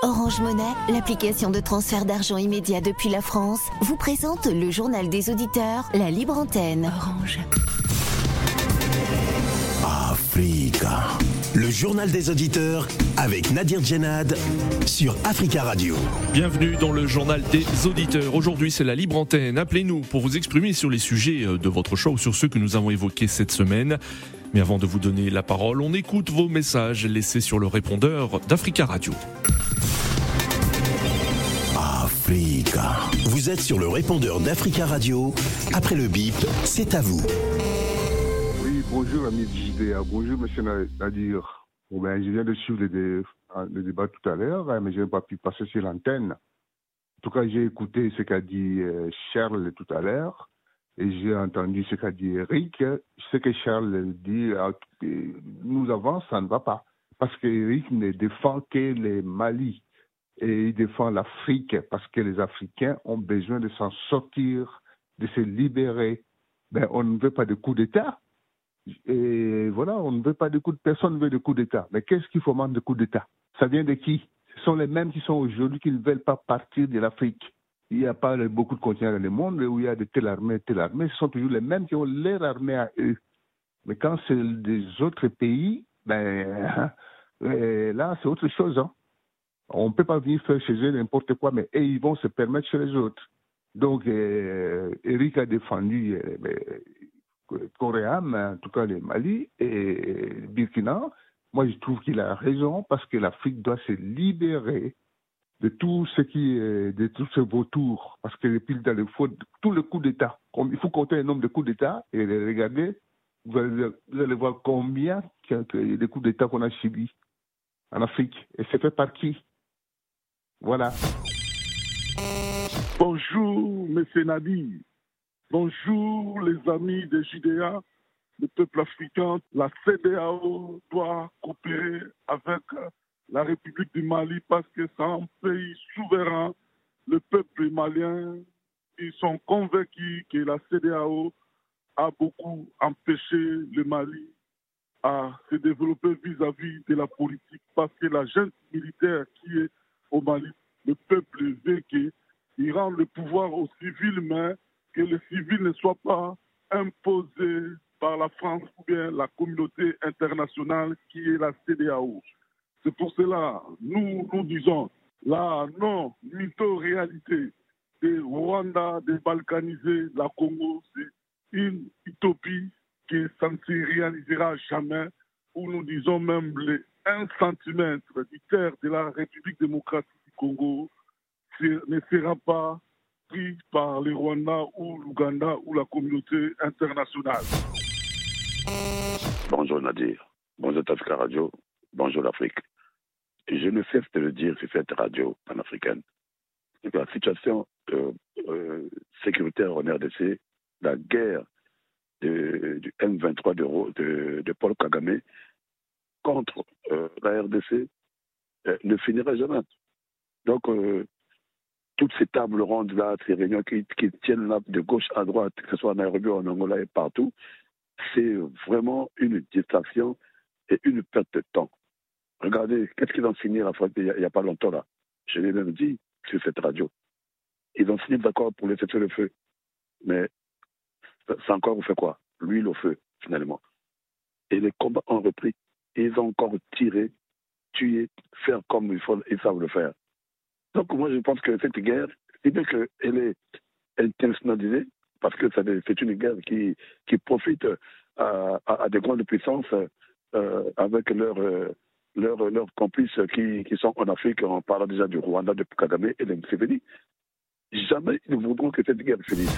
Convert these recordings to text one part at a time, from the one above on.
Orange Monnaie, l'application de transfert d'argent immédiat depuis la France, vous présente le journal des auditeurs, la libre antenne. Orange. Africa. Le journal des auditeurs avec Nadir Djenad sur Africa Radio. Bienvenue dans le journal des auditeurs. Aujourd'hui, c'est la libre antenne. Appelez-nous pour vous exprimer sur les sujets de votre choix ou sur ceux que nous avons évoqués cette semaine. Mais avant de vous donner la parole, on écoute vos messages laissés sur le répondeur d'Africa Radio. Africa. Vous êtes sur le répondeur d'Africa Radio. Après le bip, c'est à vous. Oui, bonjour ami JDA. Bonjour monsieur Nadir. Bon, je viens de suivre le débat tout à l'heure, mais je n'ai pas pu passer sur l'antenne. En tout cas, j'ai écouté ce qu'a dit Charles tout à l'heure et j'ai entendu ce qu'a dit Eric. Ce que Charles dit, nous avons, ça ne va pas. Parce qu'Eric ne défend que les Mali. Et il défend l'Afrique parce que les Africains ont besoin de s'en sortir, de se libérer. Ben, on ne veut pas de coup d'État. Et voilà, on ne veut pas de coup d'État. Personne ne veut de coup d'État. Mais qu'est-ce qu'il fomente de coup d'État? Ça vient de qui? Ce sont les mêmes qui sont aujourd'hui qui ne veulent pas partir de l'Afrique. Il n'y a pas beaucoup de continents dans le monde où il y a de telle armée. Ce sont toujours les mêmes qui ont leur armée à eux. Mais quand c'est des autres pays, ben, là, c'est autre chose, hein. On ne peut pas venir faire chez eux n'importe quoi, mais ils vont se permettre chez les autres. Donc, Eric a défendu Coréam, en tout cas les Mali et Burkina. Moi, je trouve qu'il a raison parce que l'Afrique doit se libérer de tout ce qui est, de tous ces vautours. Parce que depuis dans le fond, tout le coup d'État, il faut compter le nombre de coups d'État et regarder, vous allez voir combien de coups d'État qu'on a subis en Afrique. Et c'est fait par qui? Voilà. Bonjour, M. Nadi. Bonjour, les amis des JDA, le peuple africain. La CEDEAO doit coopérer avec la République du Mali parce que c'est un pays souverain. Le peuple malien, ils sont convaincus que la CEDEAO a beaucoup empêché le Mali à se développer vis-à-vis de la politique parce que la junte militaire qui est au Mali, le peuple veut qu'il rende le pouvoir aux civils, mais que les civils ne soient pas imposés par la France ou bien la communauté internationale qui est la CEDEAO. C'est pour cela, nous disons, la non-mytho-réalité des Rwanda, des balkanisés, la Congo, c'est une utopie que ça ne se réalisera jamais, où nous disons même les 1 centimètre du terre de la République démocratique du Congo ne sera pas pris par les Rwandais ou l'Ouganda ou la communauté internationale. Bonjour Nadir, bonjour Africa Radio, bonjour l'Afrique. Et je ne cesse de le dire sur cette radio panafricaine. La situation sécuritaire en RDC, la guerre du M23 de Paul Kagame contre la RDC ne finira jamais. Donc, toutes ces tables rondes-là, ces réunions qui tiennent là de gauche à droite, que ce soit en Nairobi, en Angola et partout, c'est vraiment une distraction et une perte de temps. Regardez, qu'est-ce qu'ils ont signé il n'y a pas longtemps là? Je l'ai même dit sur cette radio. Ils ont signé d'accord pour laisser le feu. Mais c'est encore fait quoi? L'huile au feu, finalement. Et les combats ont repris. Ils ont encore tiré, tué, faire comme ils savent le faire. Donc moi je pense que cette guerre, c'est bien qu'elle est internationalisée, parce que c'est une guerre qui profite à des grandes puissances avec leurs complices qui sont en Afrique, en parlant déjà du Rwanda, de Kagame et de Museveni. Jamais ils ne voudront que cette guerre finisse.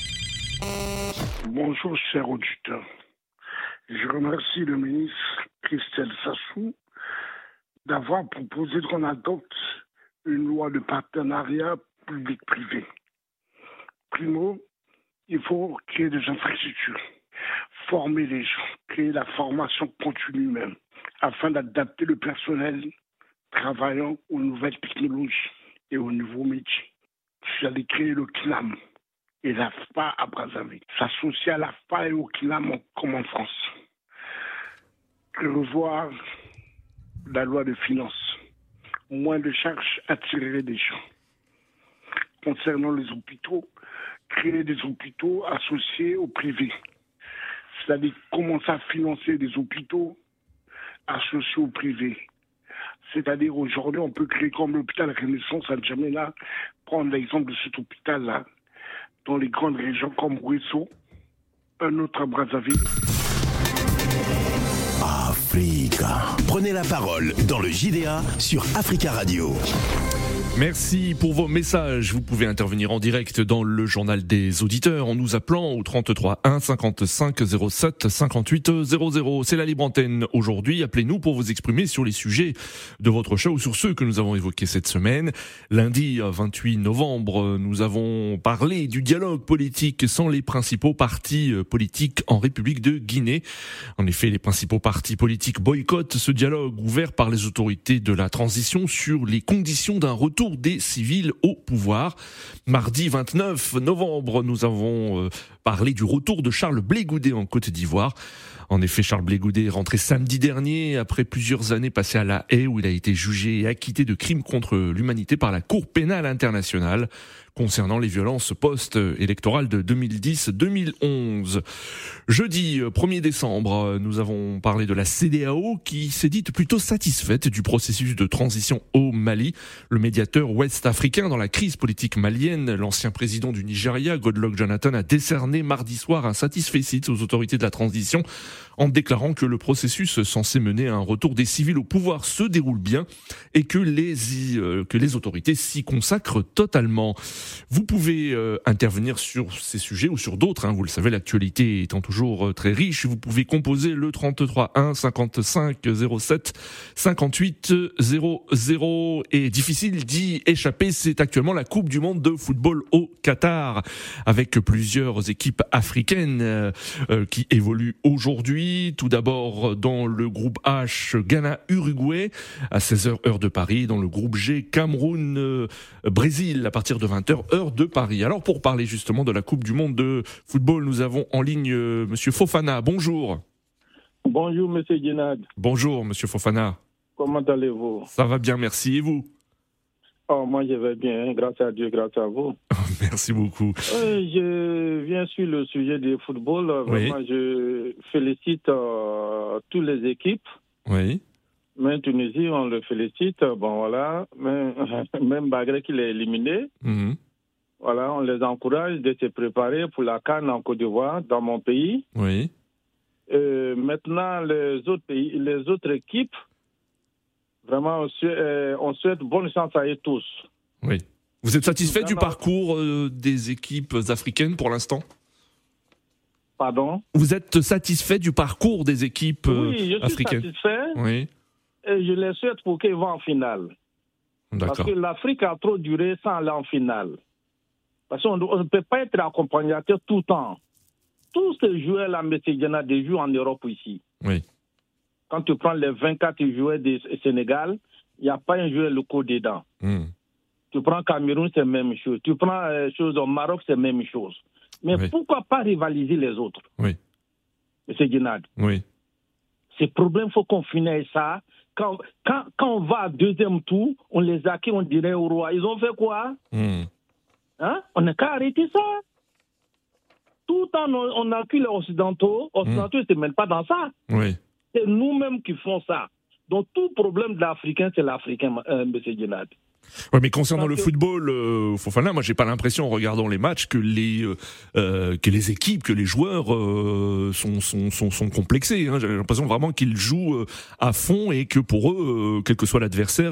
Bonjour chers auditeurs. Je remercie le ministre Christelle Sassou d'avoir proposé qu'on adopte une loi de partenariat public-privé. Primo, il faut créer des infrastructures, former les gens, créer la formation continue même, afin d'adapter le personnel travaillant aux nouvelles technologies et aux nouveaux métiers. J'allais créer le CNAM et l'AFPA à Brazzaville, s'associer à l'AFPA et au CNAM comme en France. Revoir la loi de finances moins de charges attireraient des gens. Concernant les hôpitaux, créer des hôpitaux associés au privé. C'est-à-dire commencer à financer des hôpitaux associés au privé. C'est-à-dire aujourd'hui, on peut créer comme l'hôpital Renaissance à N'Djamena, prendre l'exemple de cet hôpital-là, dans les grandes régions comme Ouesso, un autre à Brazzaville. Africa. Prenez la parole dans le JDA sur Africa Radio. Merci pour vos messages. Vous pouvez intervenir en direct dans le journal des auditeurs en nous appelant au 33 1 55 07 58 00. C'est la libre antenne aujourd'hui. Appelez-nous pour vous exprimer sur les sujets de votre choix ou sur ceux que nous avons évoqués cette semaine. Lundi 28 novembre, nous avons parlé du dialogue politique sans les principaux partis politiques en République de Guinée. En effet, les principaux partis politiques boycottent ce dialogue ouvert par les autorités de la transition sur les conditions d'un retour des civils au pouvoir. Mardi 29 novembre, nous avons parlé du retour de Charles Blé Goudé en Côte d'Ivoire. En effet, Charles Blé Goudé est rentré samedi dernier après plusieurs années passées à La Haye où il a été jugé et acquitté de crimes contre l'humanité par la Cour pénale internationale concernant les violences post-électorales de 2010-2011. Jeudi 1er décembre, nous avons parlé de la CEDEAO qui s'est dite plutôt satisfaite du processus de transition au Mali. Le médiateur ouest-africain dans la crise politique malienne, l'ancien président du Nigeria, Goodluck Jonathan, a décerné mardi soir un satisfecit aux autorités de la transition en déclarant que le processus censé mener à un retour des civils au pouvoir se déroule bien et que les autorités s'y consacrent totalement. Vous pouvez intervenir sur ces sujets ou sur d'autres, vous le savez, l'actualité étant toujours très riche. Vous pouvez composer le 33 1 55 07 58 00 et difficile d'y échapper, c'est actuellement la Coupe du Monde de football au Qatar avec plusieurs équipes africaines qui évoluent aujourd'hui. Tout d'abord dans le groupe H, Ghana-Uruguay à 16h heure de Paris, dans le groupe G, Cameroun-Brésil à partir de 20h heure de Paris. Alors pour parler justement de la Coupe du Monde de football, nous avons en ligne Monsieur Fofana. Bonjour. Bonjour Monsieur Djenad. Bonjour Monsieur Fofana. Comment allez-vous? Ça va bien, merci. Et vous? Oh, moi je vais bien, grâce à Dieu, grâce à vous. Merci beaucoup. Je viens sur le sujet du football. Vraiment, je félicite toutes les équipes. Oui. Même Tunisie, on le félicite. Bon, voilà. Même malgré qu'il est éliminé, voilà, on les encourage de se préparer pour la CAN en Côte d'Ivoire, dans mon pays. Oui. Maintenant, les autres pays, les autres équipes, vraiment, on souhaite bonne chance à eux tous. Oui. Vous êtes satisfait du parcours des équipes africaines pour l'instant? Pardon? Vous êtes satisfait du parcours des équipes africaines? Oui, je suis satisfait. Oui. Et je les souhaite pour qu'ils vont en finale. D'accord. Parce que l'Afrique a trop duré sans aller en finale. Parce qu'on ne peut pas être accompagnateur tout le temps. Tous ces joueurs-là, M. Djenad, des joueurs en Europe ici. Oui. Quand tu prends les 24 joueurs du Sénégal, il n'y a pas un joueur local dedans. Tu prends Cameroun, c'est la même chose. Tu prends chose au Maroc, c'est la même chose. Mais pourquoi pas rivaliser les autres? Oui. M. Djenad. Oui. Ces problèmes, il faut qu'on finisse ça. Quand on va à deuxième tour, on les acquis, on dirait au roi. Ils ont fait quoi? On n'a qu'à arrêter ça. Tout le temps, on accuse les Occidentaux. Occidentaux ne se mêlent pas dans ça. Oui. C'est nous-mêmes qui font ça. Donc, tout problème de l'Africain, c'est l'Africain, M. Djenad. Oui, mais concernant le football, Fofana, moi, j'ai pas l'impression, en regardant les matchs, que les équipes, que les joueurs sont complexés. J'ai l'impression vraiment qu'ils jouent à fond et que pour eux, quel que soit l'adversaire,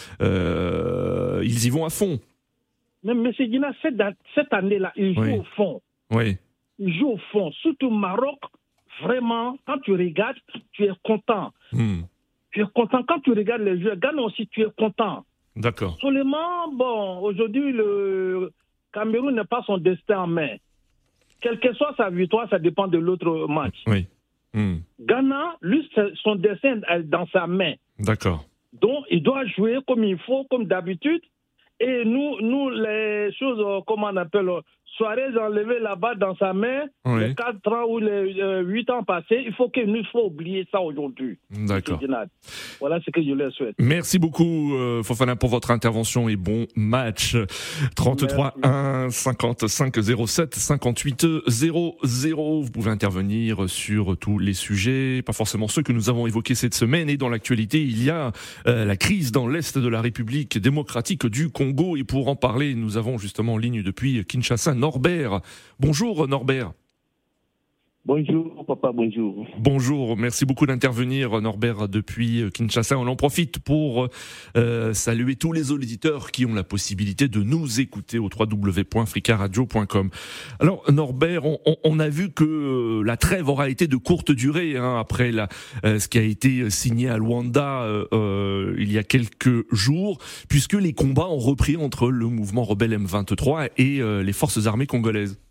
ils y vont à fond. Mais M. Djenad, cette année-là, ils jouent au fond. Oui. Ils jouent au fond. Surtout au Maroc, vraiment, quand tu regardes, tu es content. Tu es content. Quand tu regardes les joueurs, Ghana aussi, tu es content. D'accord. Seulement, bon, aujourd'hui, le Cameroun n'a pas son destin en main. Quelle que soit sa victoire, ça dépend de l'autre match. Oui. Ghana, lui, son destin est dans sa main. D'accord. Donc, il doit jouer comme il faut, comme d'habitude. Et nous, les choses, comment on appelle, Suarez enlevé là-bas dans sa main, les 4 ans ou les 8 ans passés, il faut oublier ça aujourd'hui. D'accord. Voilà ce que je leur souhaite. Merci beaucoup Fofana pour votre intervention et bon match. 33 1 55 07 58 00. Vous pouvez intervenir sur tous les sujets, pas forcément ceux que nous avons évoqués cette semaine. Et dans l'actualité, il y a la crise dans l'Est de la République démocratique du Congo. Et pour en parler, nous avons justement en ligne depuis Kinshasa Norbert. Bonjour Norbert. Bonjour papa, bonjour. Bonjour, merci beaucoup d'intervenir Norbert depuis Kinshasa. On en profite pour saluer tous les auditeurs qui ont la possibilité de nous écouter au www.africaradio.com. Alors Norbert, on a vu que la trêve aura été de courte durée après ce qui a été signé à Luanda il y a quelques jours, puisque les combats ont repris entre le mouvement rebelle M23 et les forces armées congolaises.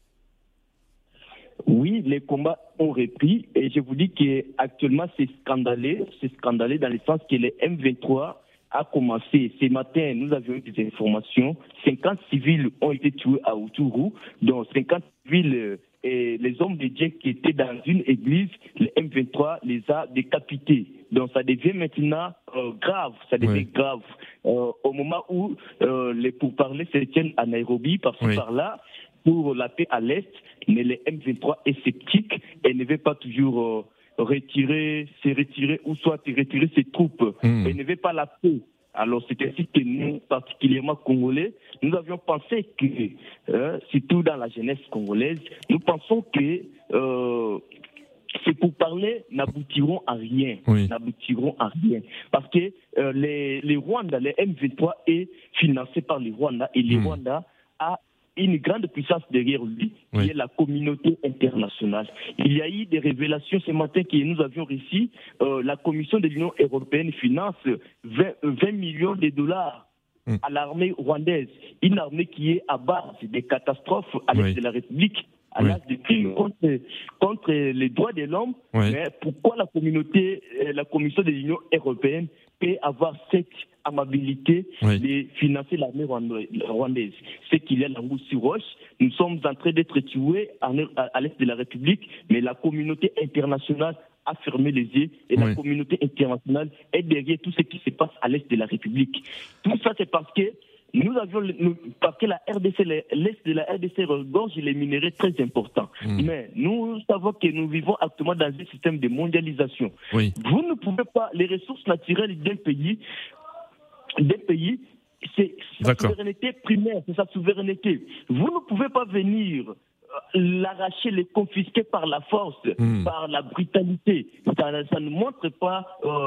Oui, les combats ont repris et je vous dis qu'actuellement c'est scandaleux dans le sens que le M23 a commencé. Ce matin, nous avions eu des informations, 50 civils ont été tués à Outourou, dont 50 civils et les hommes de Dieu qui étaient dans une église, le M23 les a décapités. Donc ça devient maintenant grave, grave. Au moment où les pourparlers se tiennent à Nairobi, par-ci par-là, pour la paix à l'Est, mais le M23 est sceptique et ne veut pas toujours se retirer ou soit retirer ses troupes et ne veut pas la paix. Alors c'est ainsi que nous, particulièrement congolais, nous avions pensé que, surtout dans la jeunesse congolaise, nous pensons que ces pourparlers n'aboutiront à rien. Parce que les Rwandais, le M23 est financé par les Rwandais et les Rwandais a une grande puissance derrière lui, qui est la communauté internationale. Il y a eu des révélations ce matin que nous avions réussi. La Commission de l'Union européenne finance 20 millions de dollars à l'armée rwandaise. Une armée qui est à base des catastrophes à l'est de la République, à l'âge de crimes contre les droits de l'homme. Mais pourquoi la Commission de l'Union européenne peut avoir cette amabilité de financer l'armée rwandaise? C'est qu'il y a la Moussi Roche. Nous sommes en train d'être tués à l'est de la République, mais la communauté internationale a fermé les yeux et la communauté internationale est derrière tout ce qui se passe à l'est de la République. Tout ça, c'est parce que parce que la RDC, l'est de la RDC regorge les minéraux très importants. Mais nous savons que nous vivons actuellement dans un système de mondialisation. Vous ne pouvez pas, les ressources naturelles d'un pays, c'est sa souveraineté primaire, c'est sa souveraineté. Vous ne pouvez pas venir l'arracher, les confisquer par la force, par la brutalité. Ça ne montre pas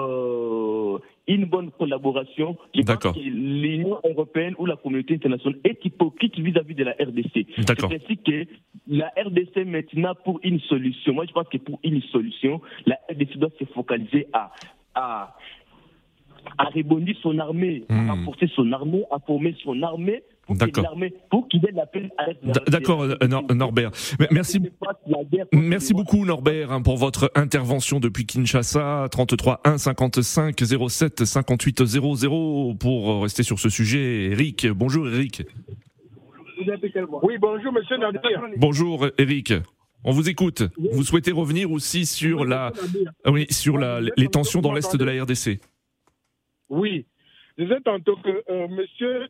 une bonne collaboration. Je pense que l'Union européenne ou la communauté internationale est hypocrite vis-à-vis de la RDC. C'est ainsi que la RDC maintenant pour une solution. Moi je pense que pour une solution, la RDC doit se focaliser à rebondir son armée, à renforcer son armée, à former son armée pour qu'il ait la paix à l'est. D'accord, Norbert. Merci beaucoup, Norbert, pour votre intervention depuis Kinshasa. 33 1 55 07 58 00 pour rester sur ce sujet. Eric, bonjour Eric. Oui, bonjour Monsieur Nadir. Bonjour Eric. On vous écoute. Vous souhaitez revenir aussi sur les tensions dans l'est de la RDC. Oui. Je disais tantôt que M.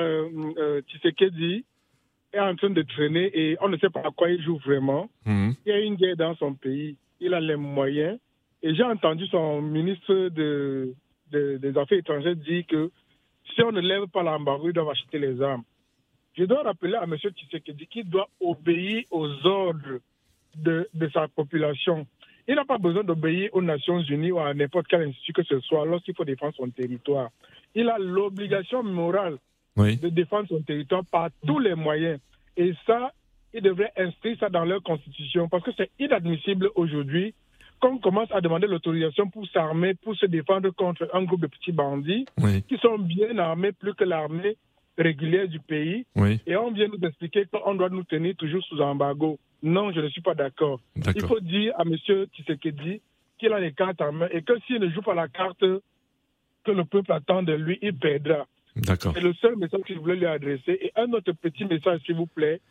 Tshisekedi est en train de traîner et on ne sait pas à quoi il joue vraiment. Il y a une guerre dans son pays, il a les moyens. Et j'ai entendu son ministre des Affaires étrangères dire que si on ne lève pas l'embargo, il doit acheter les armes. Je dois rappeler à M. Tshisekedi qu'il doit obéir aux ordres de sa population. Il n'a pas besoin d'obéir aux Nations Unies ou à n'importe quel institut que ce soit lorsqu'il faut défendre son territoire. Il a l'obligation morale de défendre son territoire par tous les moyens. Et ça, il devrait inscrire ça dans leur constitution parce que c'est inadmissible aujourd'hui qu'on commence à demander l'autorisation pour s'armer, pour se défendre contre un groupe de petits bandits qui sont bien armés, plus que l'armée régulière du pays. Et on vient nous expliquer qu'on doit nous tenir toujours sous embargo. Non, je ne suis pas d'accord. Il faut dire à M. Tshisekedi qu'il a les cartes en main et que s'il ne joue pas la carte que le peuple attend de lui, il perdra. C'est le seul message que je voulais lui adresser. Et un autre petit message, s'il vous plaît.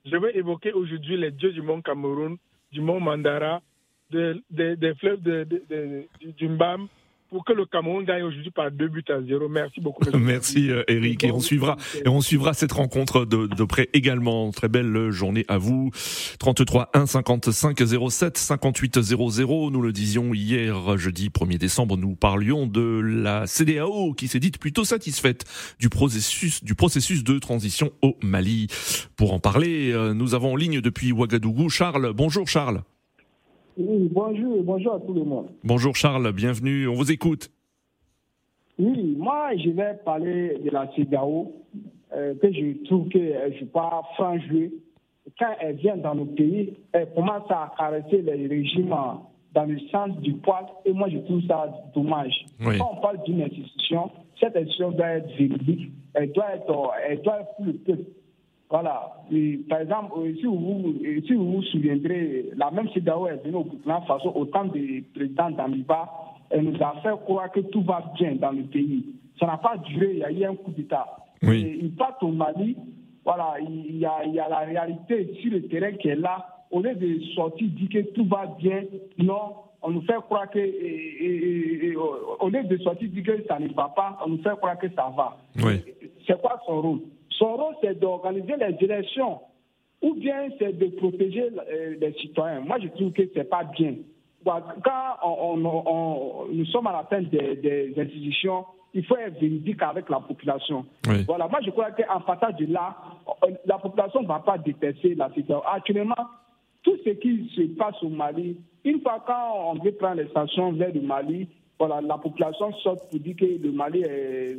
Je veux évoquer aujourd'hui les dieux du mont Cameroun, du mont Mandara, des fleuves du Mbam, pour que le Cameroun gagne aujourd'hui par 2-0. Merci beaucoup. Merci Eric, et on suivra cette rencontre de près également. Très belle journée à vous. 33 1 55 07 58 00. Nous le disions hier, jeudi 1er décembre, nous parlions de la CEDEAO qui s'est dite plutôt satisfaite du processus de transition au Mali. Pour en parler, nous avons en ligne depuis Ouagadougou Charles. Bonjour Charles. Oui, bonjour à tout le monde. Bonjour Charles, bienvenue, on vous écoute. Oui, moi je vais parler de la CEDEAO, que je trouve qu'elle ne joue pas franc jeu. Quand elle vient dans nos pays, elle commence à caresser les régimes dans le sens du poil, et moi je trouve ça dommage. Oui. Quand on parle d'une institution, cette institution doit être véridique, elle doit être pour le peuple. Voilà. Et, par exemple, si vous vous souviendrez, la même CEDEAO est venue au Burkina Faso au temps du président Damiba. Elle nous a fait croire que tout va bien dans le pays. Ça n'a pas duré, il y a eu un coup d'État. Oui. Et ils partent au Mali, voilà, il y a la réalité sur le terrain qui est là. Au lieu de sortir, dire que tout va bien, non, on nous fait croire que, au lieu de sortir, dire que ça ne va pas, on nous fait croire que ça va. Oui. C'est quoi son rôle? Son rôle, c'est d'organiser les élections ou bien c'est de protéger les citoyens. Moi, je trouve que ce n'est pas bien. Quand nous sommes à la fin des institutions, il faut être véridique avec la population. Oui. Voilà. Moi, je crois qu'en partant de là, la population ne va pas détester la situation. Actuellement, tout ce qui se passe au Mali, une fois quand on veut prendre les sanctions vers le Mali, voilà, la population sort pour dire que le Mali est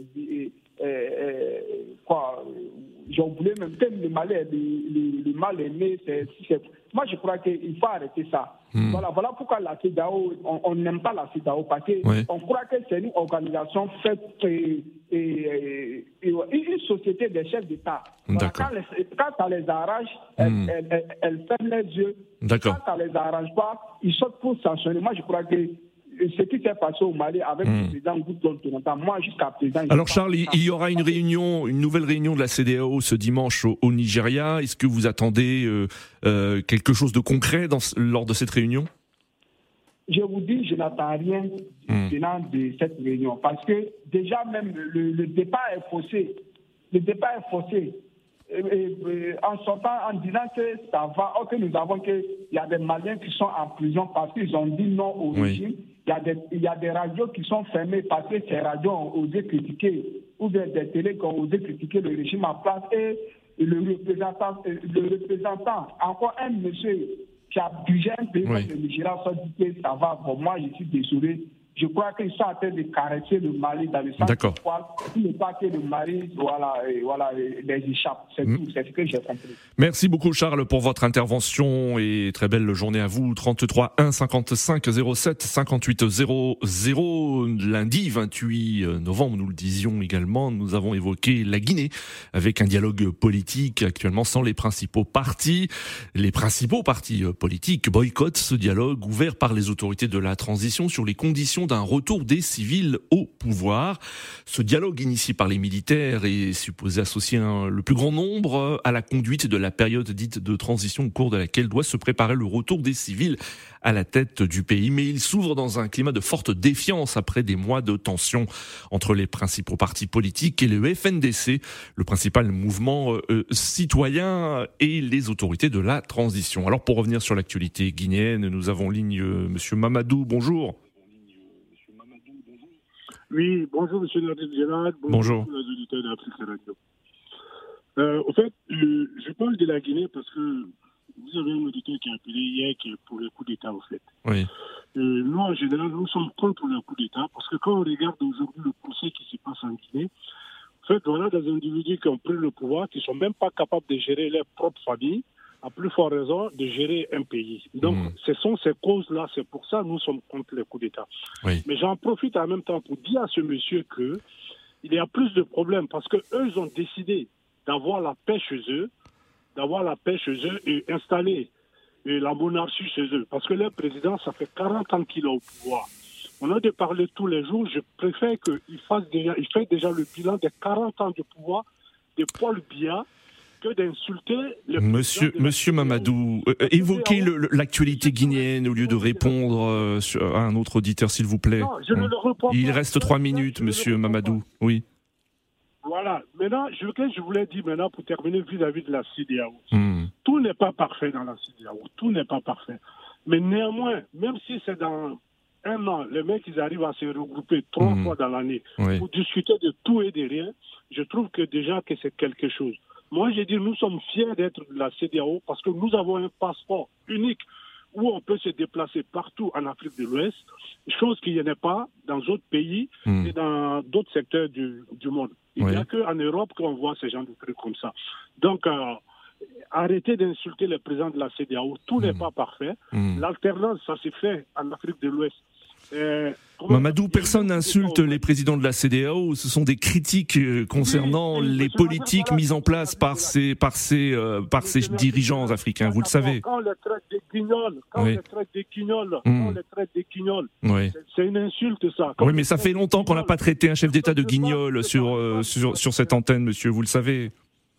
j'ai oublié même que le mal est né. Moi, je crois qu'il faut arrêter ça. Voilà pourquoi la CEDEAO, on n'aime pas la CEDEAO, parce qu'on croit que c'est une organisation faite une société des chefs d'État. Voilà, quand ça les arrange, elles ferment les yeux. Quand ça les arrange pas, ils sortent pour sanctionner. Moi, je crois que ce qui s'est passé au Mali avec le président Goudon Tonanta, moi jusqu'à présent... Alors Charles, il y aura une nouvelle réunion de la CEDEAO ce dimanche au Nigeria. Est-ce que vous attendez quelque chose de concret lors de cette réunion? Je vous dis, je n'attends rien venant de cette réunion, parce que déjà même le départ est faussé. Le départ est faussé. En sortant, en disant que ça va, que nous avons qu'il y a des Maliens qui sont en prison parce qu'ils ont dit non au régime. Il y a des radios qui sont fermées parce que ces radios ont osé critiquer, ou bien des télés qui ont osé critiquer le régime en place. Et le représentant, encore un monsieur qui a budget un pays comme le Nigeria, ça dit que ça va. Bon, moi, je suis désolé. Je crois qu'ils sont en train de caresser le Mali dans le sens du poil. Il ne pas que le Mali les échappe. C'est tout, c'est ce que j'ai compris. Merci beaucoup Charles pour votre intervention et très belle journée à vous. 33 1 55 07 58 00. Lundi 28 novembre, nous le disions également, nous avons évoqué la Guinée avec un dialogue politique actuellement sans les principaux partis. Les principaux partis politiques boycottent ce dialogue ouvert par les autorités de la transition sur les conditions d'un retour des civils au pouvoir. Ce dialogue initié par les militaires est supposé associer le plus grand nombre à la conduite de la période dite de transition au cours de laquelle doit se préparer le retour des civils à la tête du pays. Mais il s'ouvre dans un climat de forte défiance après des mois de tension entre les principaux partis politiques et le FNDC, le principal mouvement citoyen, et les autorités de la transition. Alors pour revenir sur l'actualité guinéenne, nous avons en ligne Monsieur Mamadou. Bonjour. Oui, bonjour M. Nadir Djenad, bonjour les auditeurs d'Afrique Radio. Au fait, je parle de la Guinée parce que vous avez un auditeur qui a appelé hier qui est pour le coup d'État, au fait. Oui. Nous, en général, nous sommes contre le coup d'État parce que quand on regarde aujourd'hui le procès qui se passe en Guinée, en fait, on a des individus qui ont pris le pouvoir, qui ne sont même pas capables de gérer leur propre famille, à plus forte raison de gérer un pays. Donc, ce sont ces causes-là, c'est pour ça que nous sommes contre les coups d'État. Oui. Mais j'en profite en même temps pour dire à ce monsieur qu'il y a plus de problèmes parce qu'eux, ils ont décidé d'avoir la paix chez eux, et installer la monarchie chez eux. Parce que leur président, ça fait 40 ans qu'il est au pouvoir. On a de parler tous les jours, je préfère qu'il fasse déjà le bilan des 40 ans de pouvoir de Paul Biya, que d'insulter le Monsieur Mamadou, évoquez l'actualité guinéenne au lieu de répondre à un autre auditeur, s'il vous plaît. Non, je ne le réponds pas. Il reste 3 minutes, monsieur Mamadou. Oui. Voilà. Maintenant, je voulais dire maintenant, pour terminer vis-à-vis de la CEDEAO. Tout n'est pas parfait dans la CEDEAO. Tout n'est pas parfait. Mais néanmoins, même si c'est dans un an, les mecs, ils arrivent à se regrouper 3 fois dans l'année pour discuter de tout et de rien, je trouve que déjà que c'est quelque chose. Moi, j'ai dit, nous sommes fiers d'être de la CEDEAO parce que nous avons un passeport unique où on peut se déplacer partout en Afrique de l'Ouest, chose qu'il n'y en a pas dans d'autres pays et dans d'autres secteurs du monde. Il n'y a qu'en Europe qu'on voit ce genre de trucs comme ça. Donc, arrêtez d'insulter le président de la CEDEAO. Tout n'est pas parfait. L'alternance, ça s'est fait en Afrique de l'Ouest. Mamadou, personne n'insulte les présidents de la CEDEAO. Ce sont des critiques concernant les politiques mises en place par ces dirigeants africains. Vous le savez. Quand on les traite des guignols, c'est une insulte, ça. Oui, mais ça fait longtemps qu'on n'a pas traité un chef d'État de guignol sur cette antenne, monsieur. Vous le savez.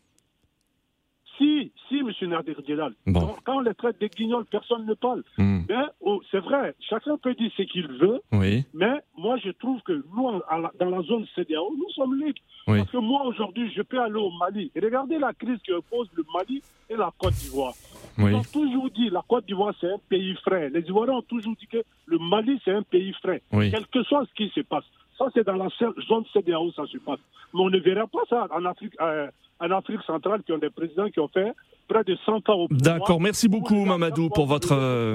Si, monsieur Nadir Djelal. Bon. Quand on les traite des guignols, personne ne parle. Mais c'est vrai, chacun peut dire ce qu'il veut, mais moi je trouve que nous, dans la zone CEDEAO, nous sommes libres. Parce que moi aujourd'hui, je peux aller au Mali. Et regardez la crise qui oppose le Mali et la Côte d'Ivoire. Ils ont toujours dit la Côte d'Ivoire c'est un pays frère. Les Ivoiriens ont toujours dit que le Mali c'est un pays frère. Quel que soit ce qui se passe. Ça c'est dans la zone CEDEAO ça se passe. Mais on ne verra pas ça en Afrique centrale qui ont des présidents qui ont fait près de 100 ans au pouvoir. D'accord, merci beaucoup Mamadou pour votre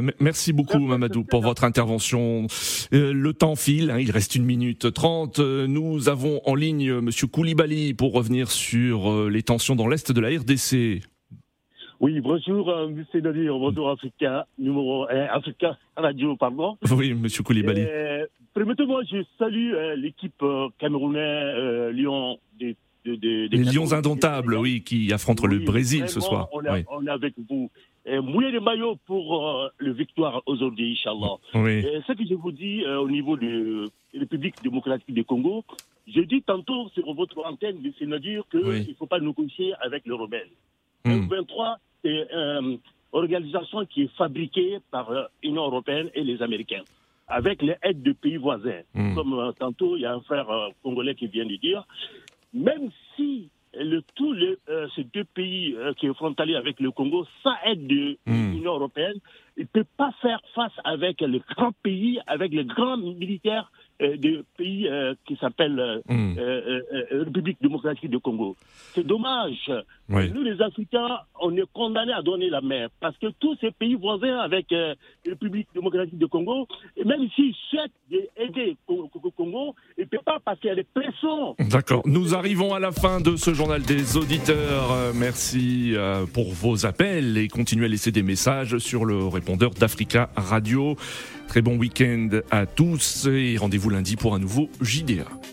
intervention. Le temps file, il reste 1 minute 30. Nous avons en ligne monsieur Koulibaly pour revenir sur les tensions dans l'est de la RDC. Oui, bonjour monsieur Nadir, bonjour Africa Radio, pardon. Oui, monsieur Koulibaly. Permettez-moi, je salue l'équipe camerounaise Lions les Lions indomptables, qui affrontent le Brésil ce soir. On est avec vous. Mouillez les maillots pour le victoire aujourd'hui, Inch'Allah. Ce que je vous dis au niveau de la République démocratique du Congo, je dis tantôt sur votre antenne, c'est-à-dire qu'il ne faut pas négocier avec les rebelles. Le 23, c'est une organisation qui est fabriquée par l'Union européenne et les Américains, avec les aides de pays voisins. Comme tantôt, il y a un frère congolais qui vient de dire. Même si ces 2 pays qui sont frontaliers avec le Congo, sans aide de l'Union européenne, ils ne peuvent pas faire face avec les grands pays, avec les grands militaires des pays qui s'appellent République démocratique du Congo. C'est dommage. Nous, les Africains, on est condamnés à donner la main parce que tous ces pays voisins avec la République démocratique du Congo, et même s'ils souhaitent aider le Congo, ils ne peuvent pas parce qu'il y a des pressions. D'accord. Nous arrivons à la fin de ce journal des auditeurs. Merci pour vos appels et continuez à laisser des messages sur le répondeur d'Africa Radio. Très bon week-end à tous et rendez-vous lundi pour un nouveau JDA.